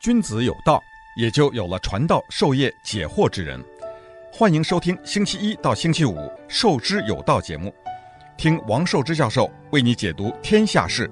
君子有道，也就有了传道授业解惑之人。欢迎收听星期一到星期五《授之有道》节目，听王寿之教授为你解读天下事。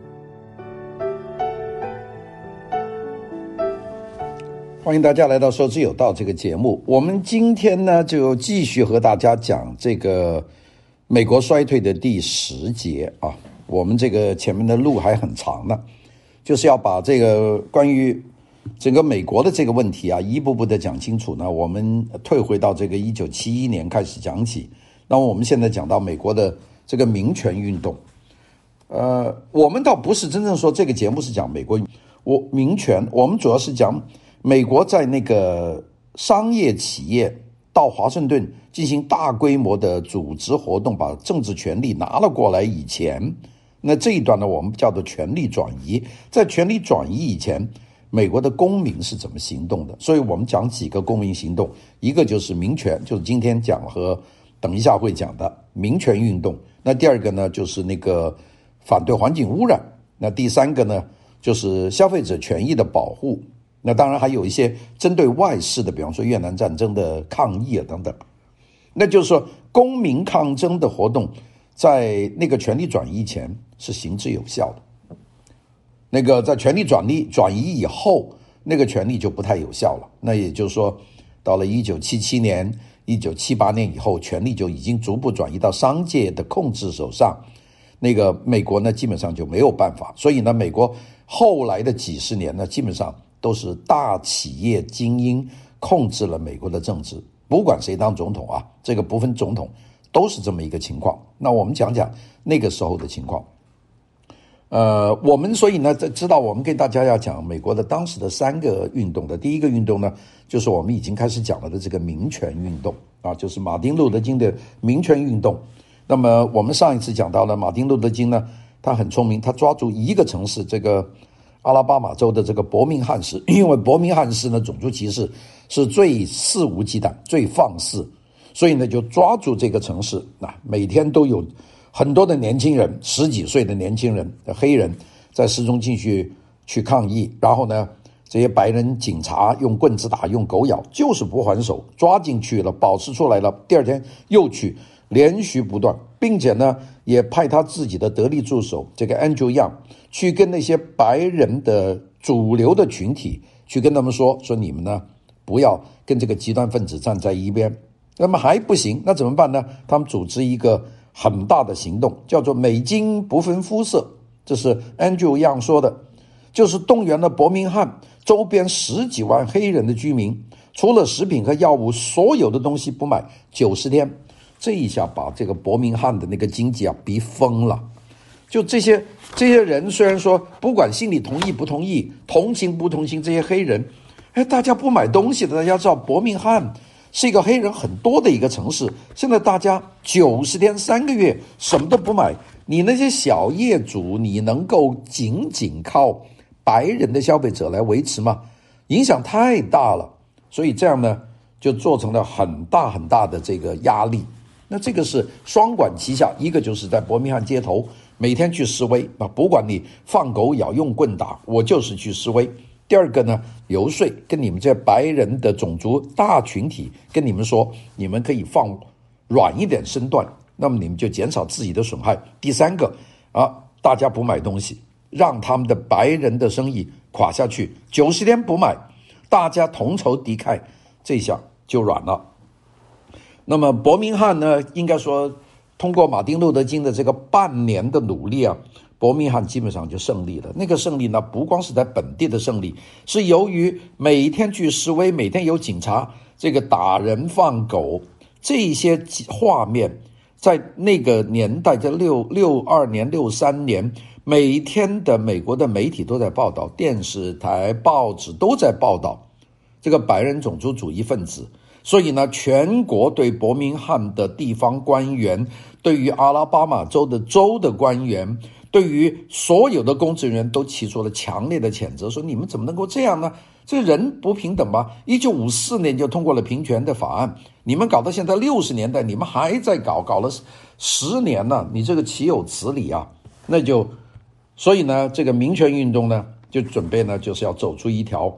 欢迎大家来到《授之有道》这个节目。我们今天呢，就继续和大家讲这个美国衰退的第10节啊。我们这个前面的路还很长呢，就是要把这个关于整个美国的这个问题啊，一步步的讲清楚呢。我们退回到这个1971年开始讲起。那我们现在讲到美国的这个民权运动，我们倒不是真正说这个节目是讲美国民权，我们主要是讲美国在那个商业企业到华盛顿进行大规模的组织活动，把政治权力拿了过来以前，那这一段呢，我们叫做权力转移。在权力转移以前，美国的公民是怎么行动的？所以我们讲几个公民行动，一个就是民权，就是今天讲和等一下会讲的民权运动。那第二个呢，就是那个反对环境污染。那第三个呢，就是消费者权益的保护。那当然还有一些针对外事的，比方说越南战争的抗议啊等等。那就是说，公民抗争的活动在那个权力转移前是行之有效的。那个在权力转移以后，那个权力就不太有效了。那也就是说，到了1977年、1978年以后，权力就已经逐步转移到商界的控制手上。那个美国呢，基本上就没有办法。所以呢，美国后来的几十年呢，基本上都是大企业精英控制了美国的政治，不管谁当总统啊，这个不分总统，都是这么一个情况。那我们讲讲那个时候的情况。我们所以呢，知道我们跟大家要讲美国的当时的3个运动的。第一个运动呢，就是我们已经开始讲了的这个民权运动啊，就是马丁路德金的民权运动。那么我们上一次讲到了马丁路德金呢，他很聪明，他抓住一个城市，这个阿拉巴马州的这个伯明翰市，因为伯明翰市呢种族歧视是最肆无忌惮、最放肆，所以呢就抓住这个城市，每天都有很多的年轻人，10几岁的年轻人黑人在市中心去抗议，然后呢这些白人警察用棍子打，用狗咬，就是不还手，抓进去了，保释出来了，第二天又去，连续不断，并且呢也派他自己的得力助手这个 Andrew Yang 去跟那些白人的主流的群体去跟他们说你们呢不要跟这个极端分子站在一边。那么还不行，那怎么办呢？他们组织一个很大的行动，叫做美金不分肤色，这是 Andrew Yang 说的，就是动员了伯明翰周边10几万黑人的居民，除了食品和药物，所有的东西不买90天。这一下把这个伯明翰的那个经济啊逼疯了。就这些人虽然说不管心里同意不同意，同情不同情这些黑人，大家不买东西的。大家知道伯明翰是一个黑人很多的一个城市，现在大家90天3个月什么都不买，你那些小业主你能够仅靠白人的消费者来维持吗？影响太大了。所以这样呢就做成了很大很大的这个压力。那这个是双管齐下，一个就是在伯明翰街头每天去示威，不管你放狗咬用棍打，我就是去示威。第二个呢，游说，跟你们这白人的种族大群体跟你们说，你们可以放软一点身段，那么你们就减少自己的损害。第三个大家不买东西，让他们的白人的生意垮下去，90天不买，大家同仇敌忾，这下就软了。那么伯明翰呢，应该说通过马丁路德金的这个半年的努力啊，伯明翰基本上就胜利了。那个胜利呢，不光是在本地的胜利，是由于每天去示威，每天有警察这个打人放狗，这些画面在那个年代，在62年63年，每天的美国的媒体都在报道，电视台报纸都在报道这个白人种族主义分子。所以呢，全国对伯明翰的地方官员，对于阿拉巴马州的州的官员，对于所有的公职人员都提出了强烈的谴责，说你们怎么能够这样呢？这人不平等吧？1954年就通过了平权的法案，你们搞到现在60年代，你们还在搞了10年了，你这个岂有此理啊？所以呢，这个民权运动呢，就准备呢，就是要走出一条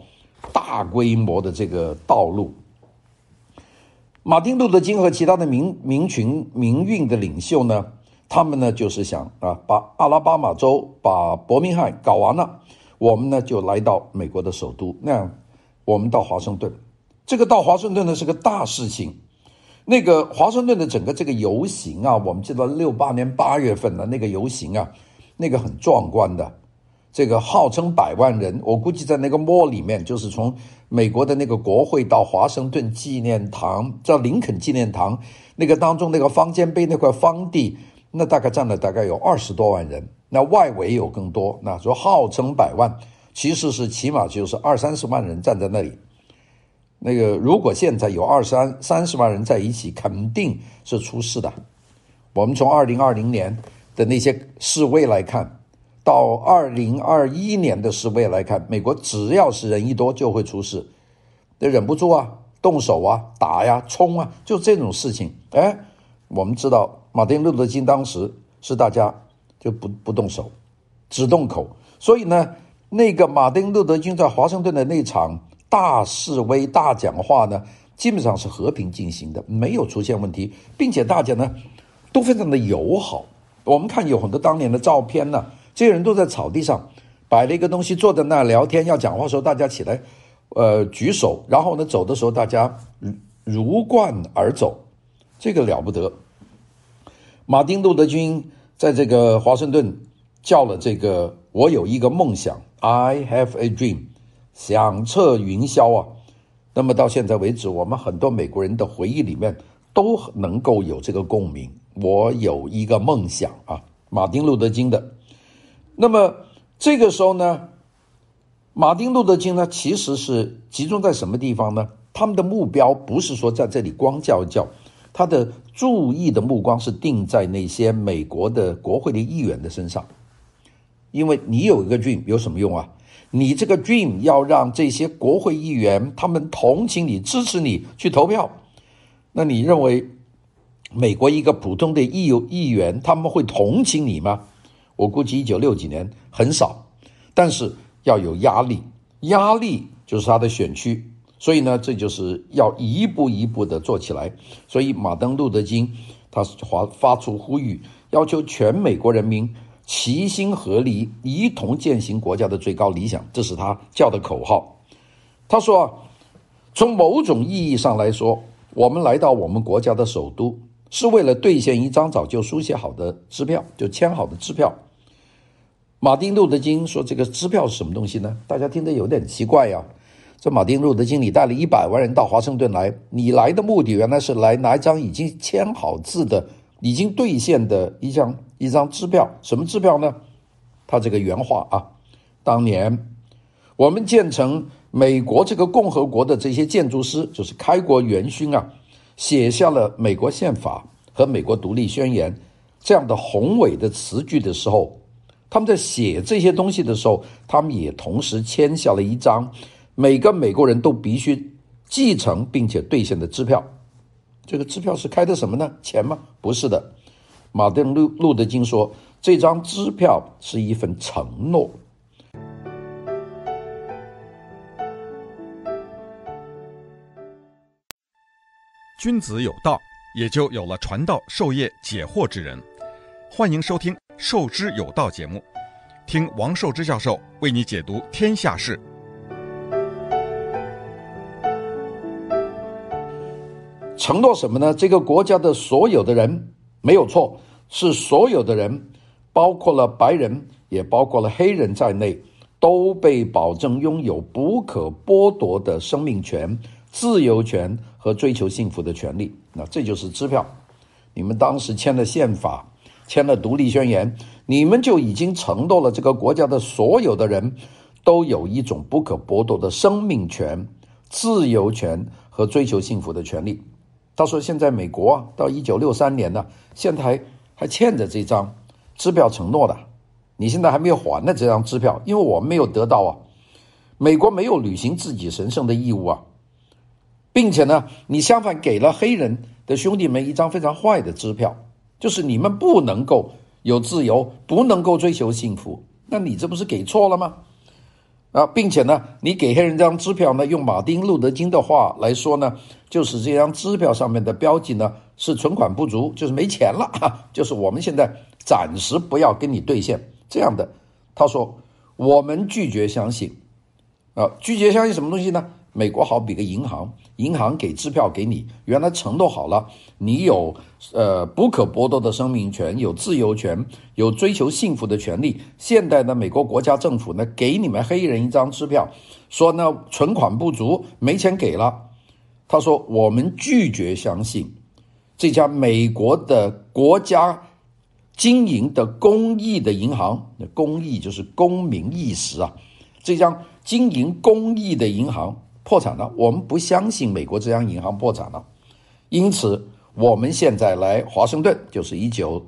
大规模的这个道路。马丁路德金和其他的民运的领袖呢，他们呢就是想把阿拉巴马州把伯明翰搞完了，我们呢就来到美国的首都，那样我们到华盛顿。这个到华盛顿呢是个大事情。那个华盛顿的整个这个游行啊，我们记得68年8月份的那个游行啊，那个很壮观的，这个号称100万人，我估计在那个 mall 里面，就是从美国的那个国会到华盛顿纪念堂，叫林肯纪念堂，那个当中那个方尖碑那块方地，那大概占了大概有20多万人，那外围有更多，那说号称100万，其实是起码就是20-30万人站在那里。那个如果现在有20-30万人在一起，肯定是出事的。我们从2020年的那些示威来看，到2021年的示威来看，美国只要是人一多就会出事，忍不住啊，动手啊，打呀，冲啊，就这种事情。我们知道马丁路德金当时是大家就不动手，只动口，所以呢，那个马丁路德金在华盛顿的那场大示威大讲话呢，基本上是和平进行的，没有出现问题，并且大家呢都非常的友好。我们看有很多当年的照片呢，这些人都在草地上摆了一个东西，坐在那聊天，要讲话的时候大家起来举手，然后呢走的时候大家如贯而走，这个了不得。马丁路德金在这个华盛顿叫了这个我有一个梦想 I have a dream，响彻云霄啊！那么到现在为止，我们很多美国人的回忆里面都能够有这个共鸣。我有一个梦想啊，马丁路德金的。那么这个时候呢，马丁路德金呢其实是集中在什么地方呢？他们的目标不是说在这里光叫一叫，他的注意的目光是定在那些美国的国会的议员的身上。因为你有一个 dream 有什么用啊？你这个 dream 要让这些国会议员他们同情你，支持你去投票，那你认为美国一个普通的议员他们会同情你吗？我估计1960几年很少，但是要有压力，压力就是他的选区，所以呢，这就是要一步一步的做起来。所以马丁路德金他发出呼吁，要求全美国人民齐心合力，一同践行国家的最高理想，这是他叫的口号。他说从某种意义上来说，我们来到我们国家的首都是为了兑现一张早就书写好的支票，就签好的支票。马丁路德金说这个支票是什么东西呢？大家听得有点奇怪啊。这马丁路德金你带了100万人到华盛顿来，你来的目的原来是来拿一张已经签好字的已经兑现的一张支票。什么支票呢？他这个原话啊，当年我们建成美国这个共和国的这些建筑师，就是开国元勋啊，写下了美国宪法和美国独立宣言这样的宏伟的词句的时候，他们在写这些东西的时候，他们也同时签下了一张每个美国人都必须继承并且兑现的支票。这个支票是开的什么呢？钱吗？不是的。马丁路德金说，这张支票是一份承诺。 君子有道，也就有了传道授业解惑之人。欢迎收听《授之有道》节目，听王寿之教授为你解读天下事。 承诺什么呢？这个国家的所有的人，没有错，是所有的人，包括了白人也包括了黑人在内，都被保证拥有不可剥夺的生命权、自由权和追求幸福的权利。那这就是支票。你们当时签了宪法，签了独立宣言，你们就已经承诺了这个国家的所有的人都有一种不可剥夺的生命权、自由权和追求幸福的权利。他说现在美国到1963年呢，现在还欠着这张支票承诺的，你现在还没有还的这张支票，因为我们没有得到啊，美国没有履行自己神圣的义务啊，并且呢，你相反给了黑人的兄弟们一张非常坏的支票，就是你们不能够有自由，不能够追求幸福，那你这不是给错了吗？ 并且呢，你给黑人这张支票呢，用马丁路德金的话来说呢，就是这张支票上面的标记呢是存款不足，就是没钱了，就是我们现在暂时不要跟你兑现这样的。他说我们拒绝相信拒绝相信什么东西呢？美国好比个银行，银行给支票给你，原来承诺好了，你有不可剥夺的生命权，有自由权，有追求幸福的权利。现在呢，美国国家政府呢给你们黑人一张支票，说呢存款不足，没钱给了。他说我们拒绝相信这家美国的国家经营的公益的银行，公益就是公民意识这家经营公益的银行破产了，我们不相信美国这家银行破产了。因此我们现在来华盛顿，就是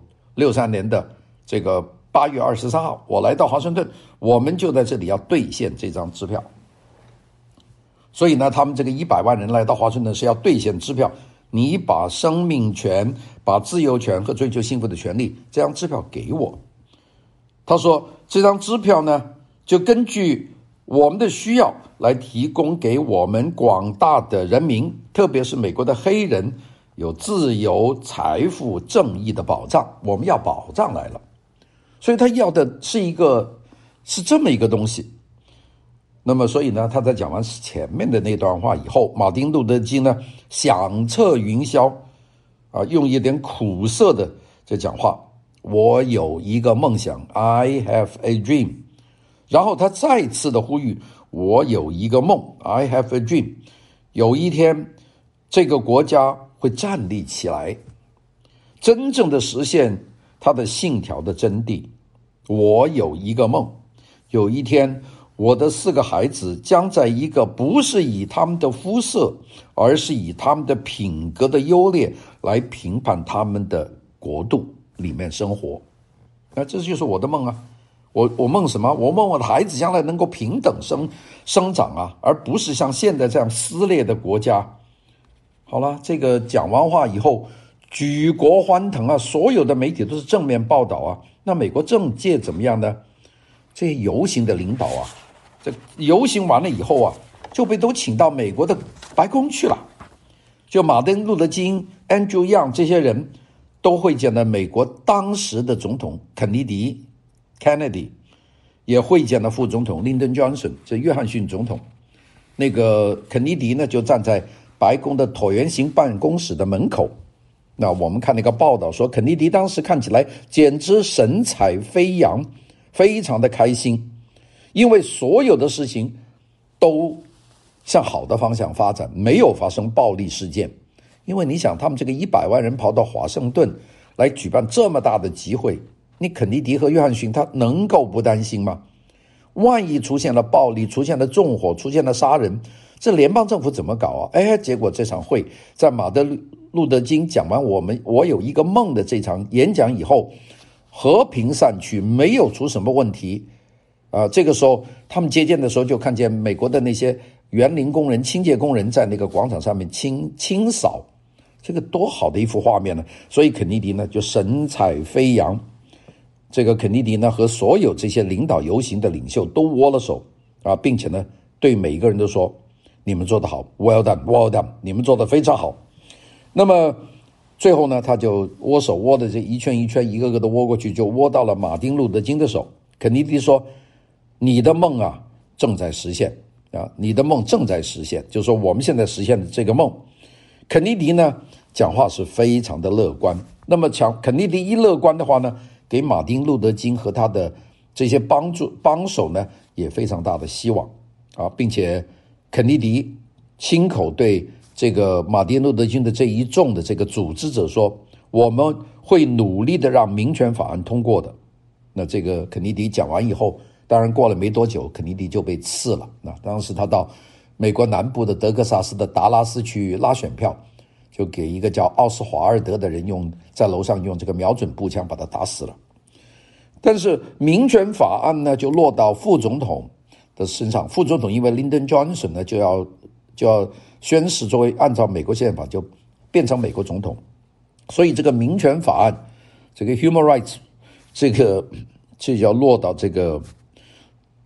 1963年的这个8月23号，我来到华盛顿，我们就在这里要兑现这张支票。所以呢，他们这个100万人来到华盛顿是要兑现支票，你把生命权、把自由权和追求幸福的权利，这张支票给我。他说这张支票呢，就根据我们的需要来提供给我们广大的人民，特别是美国的黑人，有自由、财富、正义的保障，我们要保障来了。所以他要的是这么一个东西。那么所以呢，他在讲完前面的那段话以后，马丁路德金呢响彻云霄用一点苦涩的这讲话，我有一个梦想 I have a dream。 然后他再次的呼吁，我有一个梦 I have a dream， 有一天这个国家会站立起来，真正的实现他的信条的真谛。我有一个梦，有一天我的4个孩子将在一个不是以他们的肤色，而是以他们的品格的优劣来评判他们的国度里面生活。那这就是我的梦我梦什么？我梦我的孩子将来能够平等生长而不是像现在这样撕裂的国家。好了，这个讲完话以后，举国欢腾所有的媒体都是正面报道那美国政界怎么样呢？这些游行的领导这游行完了以后就被都请到美国的白宫去了。就马丁路德金、Andrew Young 这些人都会见了美国当时的总统肯尼迪 Kennedy， 也会见了副总统 Lyndon Johnson， 这约翰逊总统。那个肯尼迪呢就站在白宫的椭圆形办公室的门口。那我们看那个报道说，肯尼迪当时看起来简直神采飞扬，非常的开心，因为所有的事情都向好的方向发展，没有发生暴力事件。因为你想，他们这个100万人跑到华盛顿来举办这么大的集会，你肯尼迪和约翰逊他能够不担心吗？万一出现了暴力，出现了纵火，出现了杀人，这联邦政府怎么搞结果这场会在马丁路德金讲完我有一个梦的这场演讲以后，和平散去，没有出什么问题这个时候他们接见的时候，就看见美国的那些园林工人、清洁工人在那个广场上面清扫，这个多好的一幅画面呢！所以肯尼迪呢就神采飞扬。这个肯尼迪呢和所有这些领导游行的领袖都握了手并且呢对每一个人都说，你们做得好 ，well done well done， 你们做得非常好。那么最后呢，他就握手握的这一圈一圈，一个个的握过去，就握到了马丁路德金的手。肯尼迪说，你的梦正在实现你的梦正在实现，就是说我们现在实现的这个梦。肯尼迪呢讲话是非常的乐观。那么肯尼迪一乐观的话呢，给马丁路德金和他的这些帮手呢也非常大的希望并且肯尼迪亲口对这个马丁路德金的这一众的这个组织者说，我们会努力的让民权法案通过的。那这个肯尼迪讲完以后，当然过了没多久，肯尼迪就被刺了。那当时他到美国南部的德克萨斯的达拉斯去拉选票，就给一个叫奥斯华尔德的人在楼上用这个瞄准步枪把他打死了。但是民权法案呢就落到副总统的身上，副总统因为 Lyndon Johnson 呢就要宣誓作为按照美国宪法就变成美国总统，所以这个民权法案，这个 human rights 这要落到这个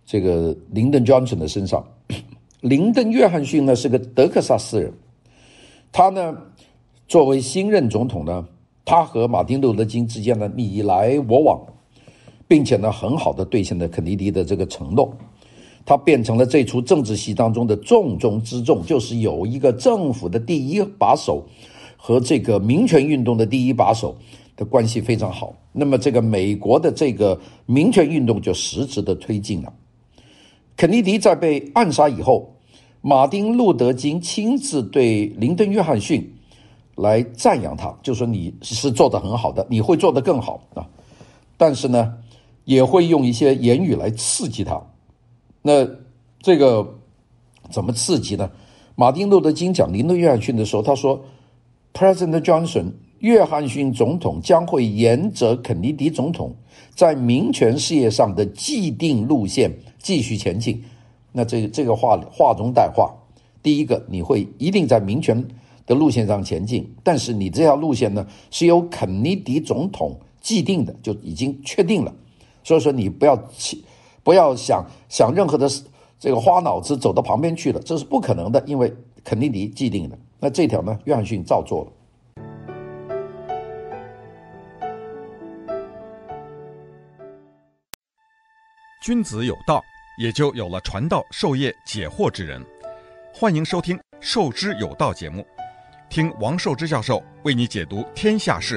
这个林登 Johnson 的身上。林登·约翰逊呢是个德克萨斯人，他呢作为新任总统呢，他和马丁·路德·金之间呢你来我往，并且呢很好的兑现了肯尼迪的这个承诺。他变成了这出政治戏当中的重中之重，就是有一个政府的第一把手和这个民权运动的第一把手的关系非常好。那么这个美国的这个民权运动就实质的推进了。肯尼迪在被暗杀以后，马丁·路德·金亲自对林登·约翰逊来赞扬他，就说你是做得很好的，你会做得更好啊。但是呢，也会用一些言语来刺激他。那这个怎么刺激呢？马丁·路德·金讲林登·约翰逊的时候，他说 President Johnson， 约翰逊总统将会沿着肯尼迪总统在民权事业上的既定路线继续前进。那这个话中带话，第一个，你会一定在民权的路线上前进，但是你这条路线呢是由肯尼迪总统既定的，就已经确定了。所以说你不要想任何的这个花脑子走到旁边去了，这是不可能的，因为肯尼迪既定的。那这条呢，约翰逊照做了。 君子有道，也就有了传道授业解惑之人。欢迎收听《授之有道》节目，听王寿之教授为你解读天下事。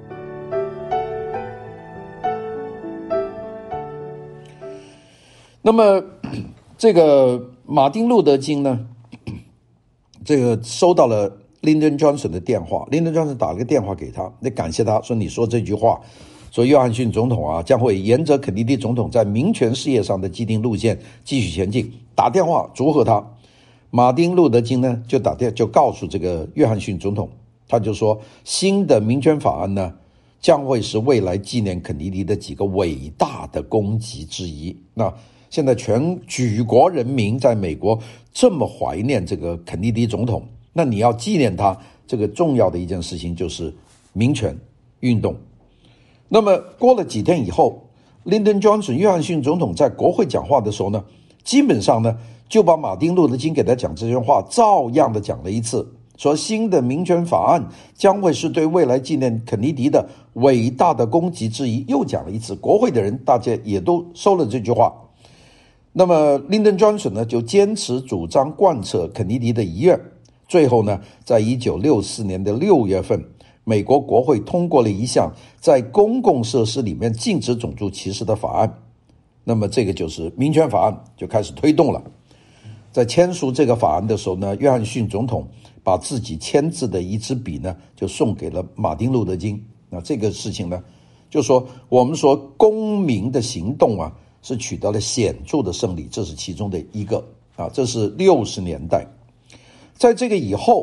那么这个马丁·路德·金呢，这个收到了林登·约翰逊的电话，林登·约翰逊打了个电话给他，那感谢他说你说这句话，说约翰逊总统啊将会沿着肯尼迪总统在民权事业上的既定路线继续前进，打电话祝贺他。马丁·路德·金呢就告诉这个约翰逊总统，他就说新的民权法案呢将会是未来纪念肯尼迪的几个伟大的功绩之一。那现在全举国人民在美国这么怀念这个肯尼迪总统，那你要纪念他，这个重要的一件事情就是民权运动。那么过了几天以后，林登·约翰逊总统在国会讲话的时候呢，基本上呢就把马丁·路德·金给他讲这句话照样的讲了一次，说新的民权法案将会是对未来纪念肯尼迪的伟大的功绩之一，又讲了一次。国会的人大家也都收了这句话。那么林登·约翰逊呢就坚持主张贯彻肯尼迪的遗愿，最后呢在1964年的6月份，美国国会通过了一项在公共设施里面禁止种族歧视的法案。那么这个就是民权法案就开始推动了。在签署这个法案的时候呢，约翰逊总统把自己签字的一支笔呢就送给了马丁·路德·金。那这个事情呢就说我们说公民的行动啊是取得了显著的胜利，这是其中的一个啊，这是60年代。在这个以后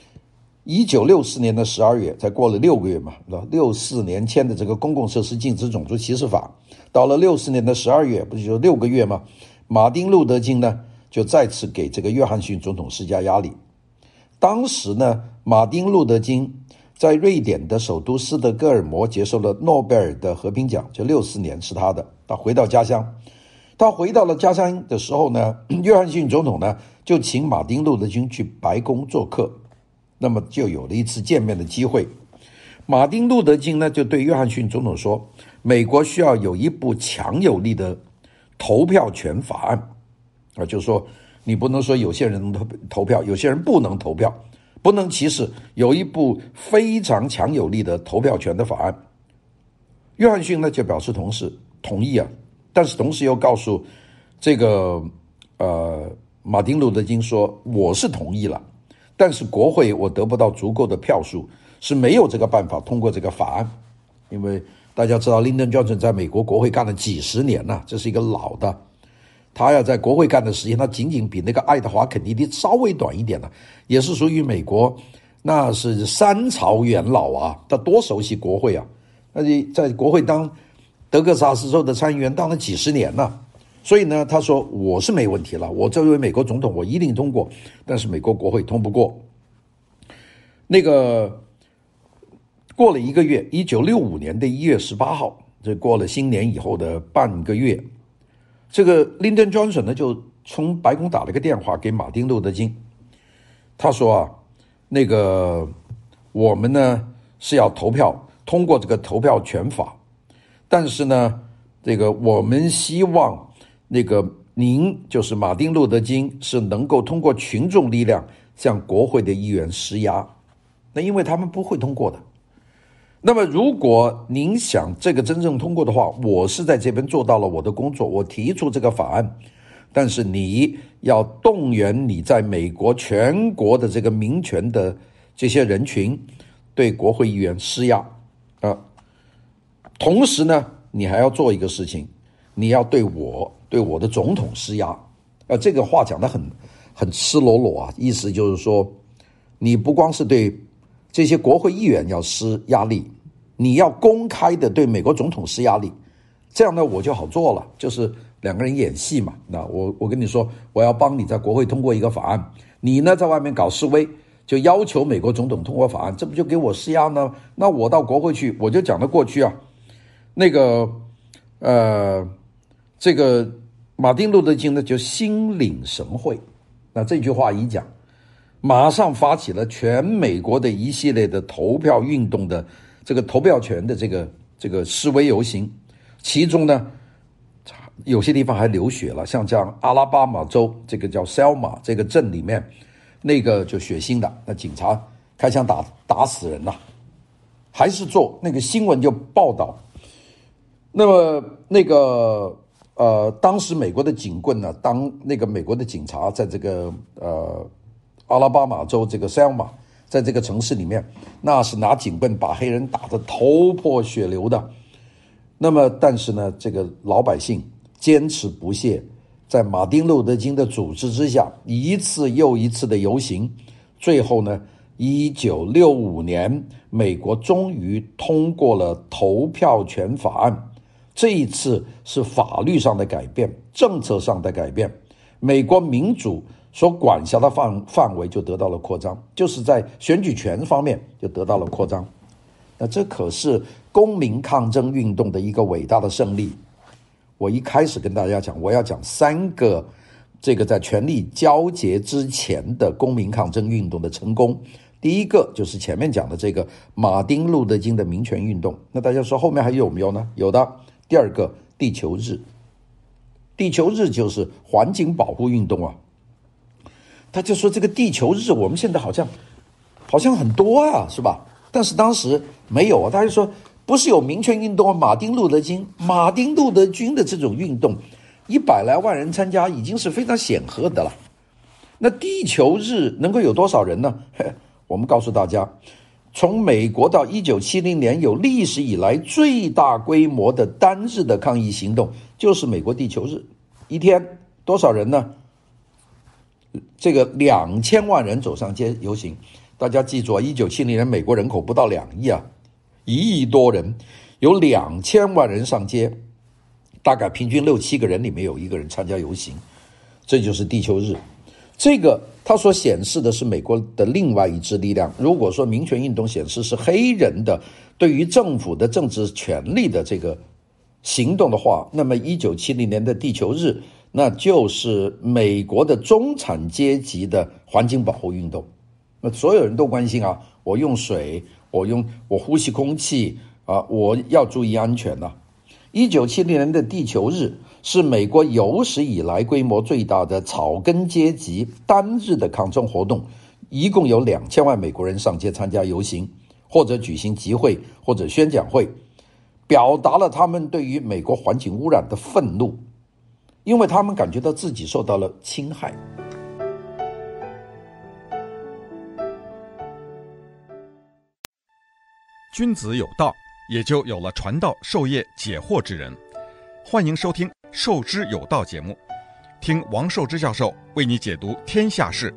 ，1964年的12月，才过了6个月嘛，64年签的这个公共设施禁止种族歧视法，到了64年的12月，不就6个月吗？马丁·路德·金呢就再次给这个约翰逊总统施加压力。当时呢，马丁·路德·金在瑞典的首都斯德哥尔摩接受了诺贝尔的和平奖，就64年是他的。他回到家乡，他回到了家乡的时候呢，约翰逊总统呢就请马丁·路德·金去白宫做客，那么就有了一次见面的机会。马丁·路德·金呢就对约翰逊总统说，美国需要有一部强有力的投票权法案啊，就是说你不能说有些人能投票，有些人不能投票，不能歧视，有一部非常强有力的投票权的法案。约翰逊呢就表示同意啊，但是同时又告诉这个马丁·路德·金说，我是同意了，但是国会我得不到足够的票数，是没有这个办法通过这个法案。因为大家知道林登·约翰逊在美国国会干了几十年了，这是一个老的，他要在国会干的时间，他仅仅比那个爱德华·肯尼迪稍微短一点了，也是属于美国那是三朝元老啊，他多熟悉国会啊，那在国会当德克萨斯州的参议员当了几十年了。所以呢，他说我是没问题了，我作为美国总统我一定通过，但是美国国会通不过。那个过了1个月，1965年的1月18号，这过了新年以后的半个月， 这个 Lyndon Johnson 呢就从白宫打了个电话给马丁路德金，他说啊，那个我们呢是要投票通过这个投票权法，但是呢，这个我们希望那个您就是马丁路德金是能够通过群众力量向国会的议员施压，那因为他们不会通过的。那么如果您想这个真正通过的话，我是在这边做到了我的工作，我提出这个法案，但是你要动员你在美国全国的这个民权的这些人群对国会议员施压同时呢，你还要做一个事情，你要对我的总统施压。这个话讲得很赤裸裸啊，意思就是说，你不光是对这些国会议员要施压力，你要公开的对美国总统施压力，这样呢我就好做了，就是两个人演戏嘛。那我跟你说，我要帮你在国会通过一个法案，你呢在外面搞示威，就要求美国总统通过法案，这不就给我施压呢？那我到国会去，我就讲得过去啊。那个这个马丁路德金呢就心领神会，那这句话一讲，马上发起了全美国的一系列的投票运动的这个投票权的这个示威游行，其中呢有些地方还流血了，像阿拉巴马州这个叫 Selma 这个镇里面，那个就血腥的，那警察开枪打死人了，还是做那个新闻就报道。那么当时美国的警棍呢，当那个美国的警察在这个阿拉巴马州这个 Selma 在这个城市里面，那是拿警棍把黑人打得头破血流的。那么但是呢，这个老百姓坚持不懈，在马丁路德金的组织之下，一次又一次的游行，最后呢1965年美国终于通过了投票权法案。这一次是法律上的改变，政策上的改变，美国民主所管辖的范围就得到了扩张，就是在选举权方面就得到了扩张。那这可是公民抗争运动的一个伟大的胜利。我一开始跟大家讲，我要讲3个这个在权力交接之前的公民抗争运动的成功。第一个就是前面讲的这个马丁路德金的民权运动，那大家说后面还有没有呢？有的。第二个地球日，地球日就是环境保护运动啊。他就说这个地球日我们现在好像很多啊，是吧？但是当时没有啊，他就说不是有民权运动啊，马丁路德金的这种运动100来万人参加已经是非常显赫的了。那地球日能够有多少人呢？我们告诉大家，从美国到1970年有历史以来最大规模的单日的抗议行动，就是美国地球日。一天多少人呢？这个2000万人走上街游行。大家记住啊，1970年美国人口不到2亿啊，1亿多人，有2000万人上街，大概平均6、7个人里面有1个人参加游行，这就是地球日。这个它所显示的是美国的另外一支力量。如果说民权运动显示是黑人的对于政府的政治权利的这个行动的话，那么1970年的地球日那就是美国的中产阶级的环境保护运动。那所有人都关心啊，我用水，我呼吸空气啊，我要注意安全啊。1970年的地球日是美国有史以来规模最大的草根阶级单日的抗争活动，一共有2000万美国人上街参加游行，或者举行集会或者宣讲会，表达了他们对于美国环境污染的愤怒，因为他们感觉到自己受到了侵害。 君子有道，也就有了传道授业解惑之人。欢迎收听授之有道节目，听王寿之教授为你解读天下事。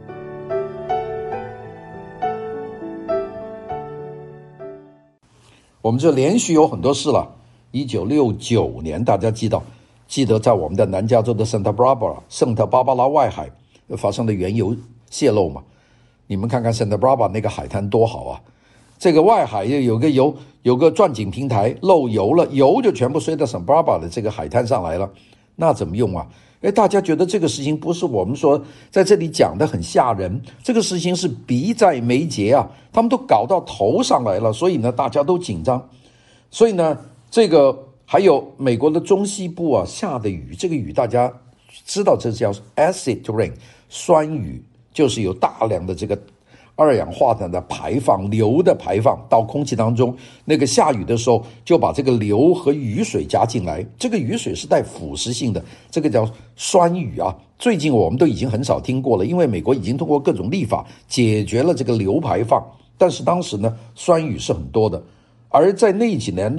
我们这连续有很多事了。1969年大家记得在我们的南加州的圣特芭芭拉外海发生的原油泄漏嘛？你们看看圣特芭芭那个海滩多好啊！这个外海有个钻井平台漏油了，油就全部随到圣巴巴的这个海滩上来了。 那怎么用啊？大家觉得这个事情不是我们说在这里讲的很吓人，这个事情是迫在眉睫啊，他们都搞到头上来了，所以呢，大家都紧张。所以呢，这个还有美国的中西部啊下的雨，这个雨大家知道这叫 acid rain 酸雨，就是有大量的这个二氧化碳的排放，硫的排放到空气当中，那个下雨的时候就把这个硫和雨水加进来，这个雨水是带腐蚀性的，这个叫酸雨啊。最近我们都已经很少听过了，因为美国已经通过各种立法解决了这个硫排放，但是当时呢，酸雨是很多的。而在那几年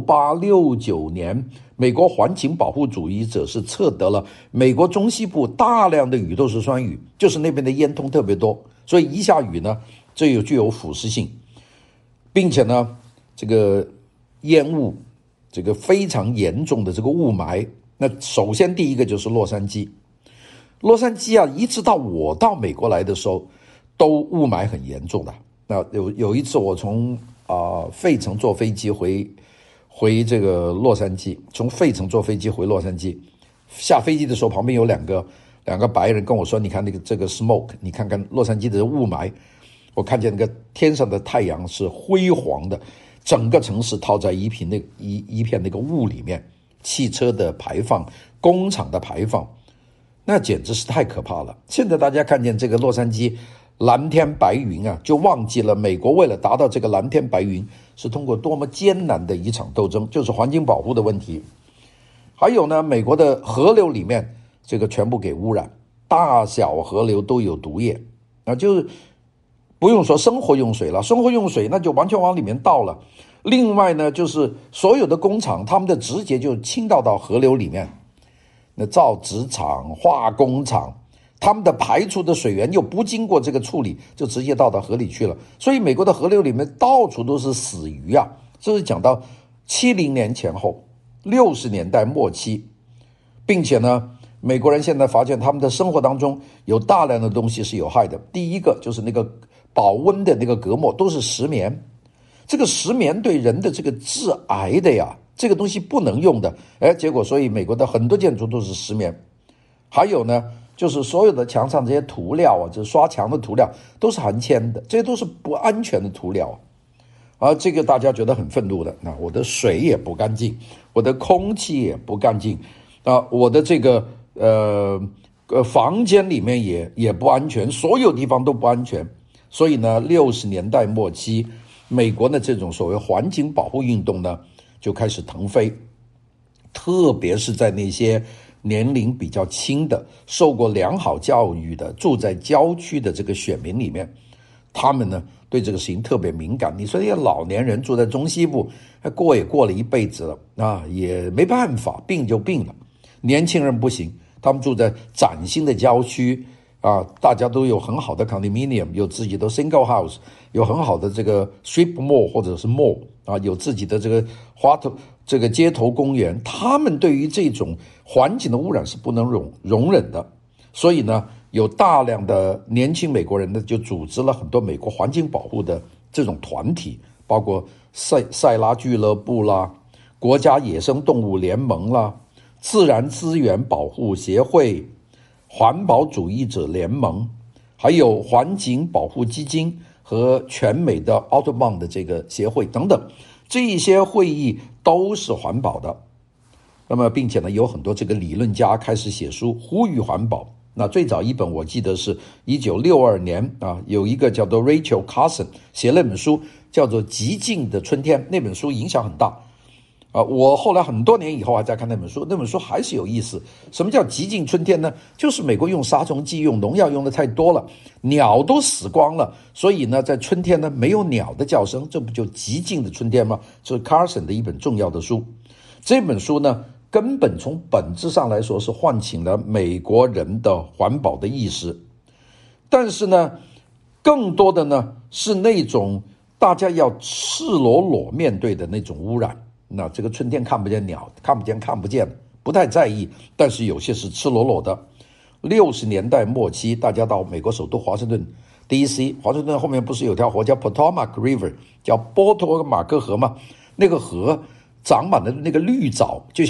68、69年，美国环境保护主义者是测得了美国中西部大量的雨都是酸雨，就是那边的烟囱特别多，所以一下雨呢，这具有腐蚀性，并且呢，这个烟雾，这个非常严重的这个雾霾。那首先第一个就是洛杉矶啊，一直到我到美国来的时候，都雾霾很严重的。那有一次我从费城坐飞机回这个洛杉矶，从费城坐飞机回洛杉矶，下飞机的时候旁边有两个白人跟我说，你看这个 smoke， 你看看洛杉矶的雾霾，我看见那个天上的太阳是辉煌的，整个城市套在一片那个雾里面，汽车的排放，工厂的排放，那简直是太可怕了。现在大家看见这个洛杉矶蓝天白云啊，就忘记了美国为了达到这个蓝天白云是通过多么艰难的一场斗争，就是环境保护的问题。还有呢，美国的河流里面这个全部给污染，大小河流都有毒液，就是不用说生活用水了，生活用水那就完全往里面倒了。另外呢，就是所有的工厂他们的直接就倾倒到河流里面，那造纸厂、化工厂他们的排出的水源又不经过这个处理，就直接倒到河里去了。所以美国的河流里面到处都是死鱼啊。这是讲到70年前后60年代末期，并且呢，美国人现在发现他们的生活当中有大量的东西是有害的。第一个就是那个保温的那个隔膜都是石棉，这个石棉对人的这个致癌的呀，这个东西不能用的。结果所以美国的很多建筑都是石棉。还有呢，就是所有的墙上这些涂料啊，就是刷墙的涂料都是含铅的，这些都是不安全的涂料啊。这个大家觉得很愤怒的。那我的水也不干净，我的空气也不干净啊，我的这个房间里面也不安全，所有地方都不安全。所以呢，60年代末期，美国的这种所谓环境保护运动呢就开始腾飞，特别是在那些年龄比较轻的、受过良好教育的、住在郊区的这个选民里面，他们呢对这个事情特别敏感。你说这些老年人住在中西部，也过了一辈子了啊，也没办法，病就病了。年轻人不行，他们住在崭新的郊区啊，大家都有很好的 condominium， 有自己的 single house， 有很好的这个 strip mall 或者是 mall 啊，有自己的这个街头公园。他们对于这种环境的污染是不能容忍的，所以呢，有大量的年轻美国人呢就组织了很多美国环境保护的这种团体，包括塞拉俱乐部啦、国家野生动物联盟啦、自然资源保护协会、环保主义者联盟，还有环境保护基金和全美的 Audubon 的这个协会等等，这一些会议都是环保的。那么并且呢，有很多这个理论家开始写书呼吁环保。那最早一本我记得是1962年啊，有一个叫做 Rachel Carson 写了一本书叫做《极静的春天》，那本书影响很大我后来很多年以后还在看那本书，那本书还是有意思。什么叫极静春天呢？就是美国用杀虫剂、用农药用的太多了，鸟都死光了，所以呢，在春天呢没有鸟的叫声，这不就极静的春天吗？这是 Carson 的一本重要的书。这本书呢，根本从本质上来说是唤醒了美国人的环保的意识，但是呢，更多的呢是那种大家要赤裸裸面对的那种污染。那这个春天看不见鸟，看不见，不太在意，但是有些是赤裸裸的。60年代末期，大家到美国首都华盛顿 DC， 华盛顿后面不是有条河叫 Potomac River， 叫波托马克河吗？那个河长满了那个绿藻，就像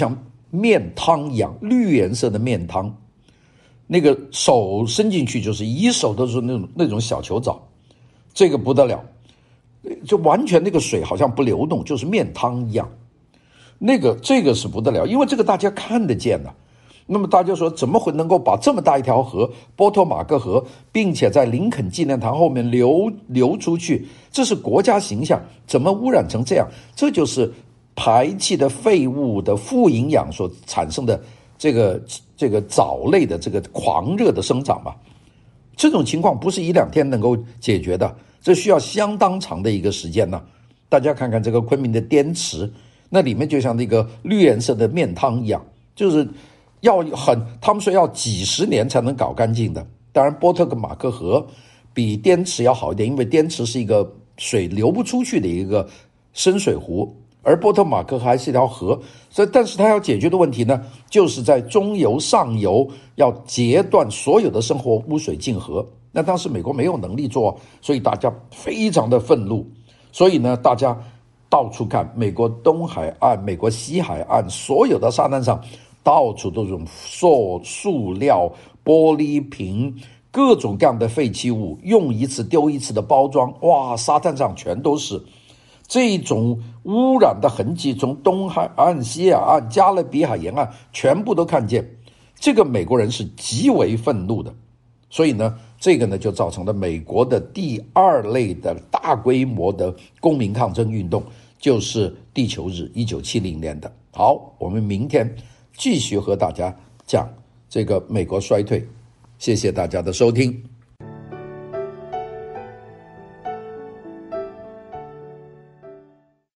面汤一样，绿颜色的面汤，那个手伸进去就是一手都是那种小球藻，这个不得了，就完全那个水好像不流动，就是面汤一样。这个是不得了，因为这个大家看得见的。那么大家说怎么会能够把这么大一条河波托马克河，并且在林肯纪念堂后面流出去，这是国家形象，怎么污染成这样？这就是排气的废物的负营养所产生的这个藻类的这个狂热的生长嘛。这种情况不是一两天能够解决的，这需要相当长的一个时间呢。大家看看这个昆明的滇池，那里面就像那个绿颜色的面汤一样，就是他们说要几十年才能搞干净的。当然波特马克河比滇池要好一点，因为滇池是一个水流不出去的一个深水湖，而波特马克河还是一条河，所以但是它要解决的问题呢，就是在中游上游要截断所有的生活污水进河。那当时美国没有能力做，所以大家非常的愤怒，所以呢大家到处看，美国东海岸、美国西海岸所有的沙滩上到处都是塑料、玻璃瓶，各种各样的废弃物，用一次丢一次的包装，哇，沙滩上全都是这种污染的痕迹，从东海岸、西海岸、加勒比海沿岸全部都看见。这个美国人是极为愤怒的，所以呢，这个呢就造成了美国的第二类的大规模的公民抗争运动，就是地球日1970年的。好，我们明天继续和大家讲这个美国衰退，谢谢大家的收听。